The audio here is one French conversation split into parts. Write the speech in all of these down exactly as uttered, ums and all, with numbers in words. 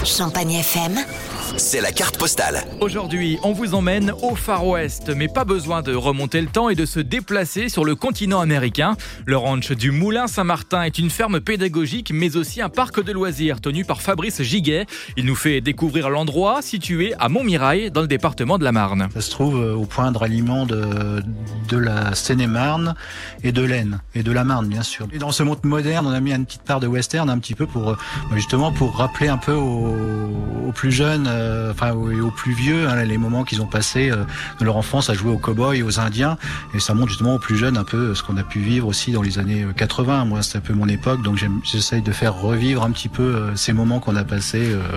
Champagne F M, c'est la carte postale. Aujourd'hui, on vous emmène au Far West, mais pas besoin de remonter le temps et de se déplacer sur le continent américain. Le ranch du Moulin Saint-Martin est une ferme pédagogique, mais aussi un parc de loisirs tenu par Fabrice Giguet. Il nous fait découvrir l'endroit situé à Montmirail, dans le département de la Marne. Ça se trouve au point de ralliement de, de la Seine-et-Marne et de l'Aisne, et de la Marne, bien sûr. Et dans ce monde moderne, on a mis une petite part de western, un petit peu pour, justement, pour rappeler un peu aux, aux plus jeunes, euh, enfin aux, aux plus vieux, hein, les moments qu'ils ont passés euh, de leur enfance à jouer aux cow-boys et aux Indiens. Et ça montre justement aux plus jeunes un peu ce qu'on a pu vivre aussi dans les années quatre-vingts. Moi, c'est un peu mon époque, donc j'essaye de faire revivre un petit peu euh, ces moments qu'on a passés euh,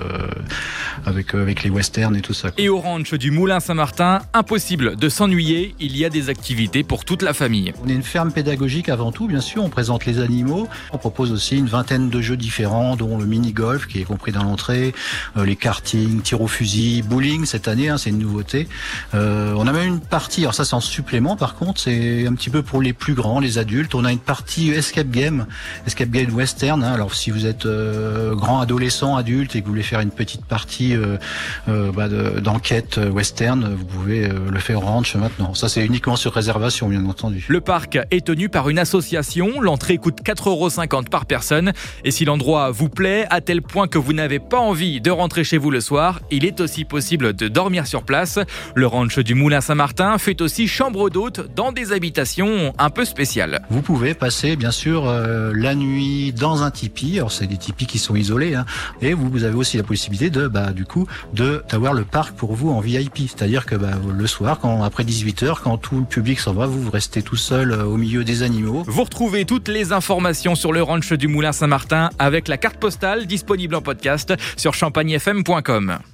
avec, euh, avec les westerns et tout ça. Et au ranch du Moulin Saint-Martin, impossible de s'ennuyer, il y a des activités pour toute la famille. On est une ferme pédagogique avant tout, bien sûr, on présente les animaux. On propose aussi une vingtaine de jeux différents, dont le mini-golf qui est compris dans l'entrée, euh, les karting, tir au fusil, bowling cette année, hein, c'est une nouveauté. Euh, on a même une partie, alors ça c'est en supplément par contre, c'est un petit peu pour les plus grands, les adultes. On a une partie escape game, escape game western. Hein, alors si vous êtes euh, grand adolescent, adulte et que vous voulez faire une petite partie euh, euh, bah, de, d'enquête western, vous pouvez euh, le faire au ranch maintenant. Ça c'est uniquement sur réservation, bien entendu. Le parc est tenu par une association. L'entrée coûte quatre euros cinquante par personne. Et si l'endroit vous plaît à tel point que vous n'avez pas envie de rentrer chez vous le soir, il est aussi possible de dormir sur place. Le ranch du Moulin Saint-Martin fait aussi chambre d'hôtes dans des habitations un peu spéciales. Vous pouvez passer bien sûr euh, la nuit dans un tipi. Alors c'est des tipis qui sont isolés, hein, et vous, vous avez aussi la possibilité de, bah, du coup, de d'avoir le parc pour vous en V I P. C'est-à-dire que bah, le soir, quand après dix-huit heures, quand tout le public s'en va, vous, vous restez tout seul euh, au milieu des animaux. Vous retrouvez toutes les informations sur le ranch du Moulin Saint-Martin avec la carte postale disponible en podcast sur champagne f m point com.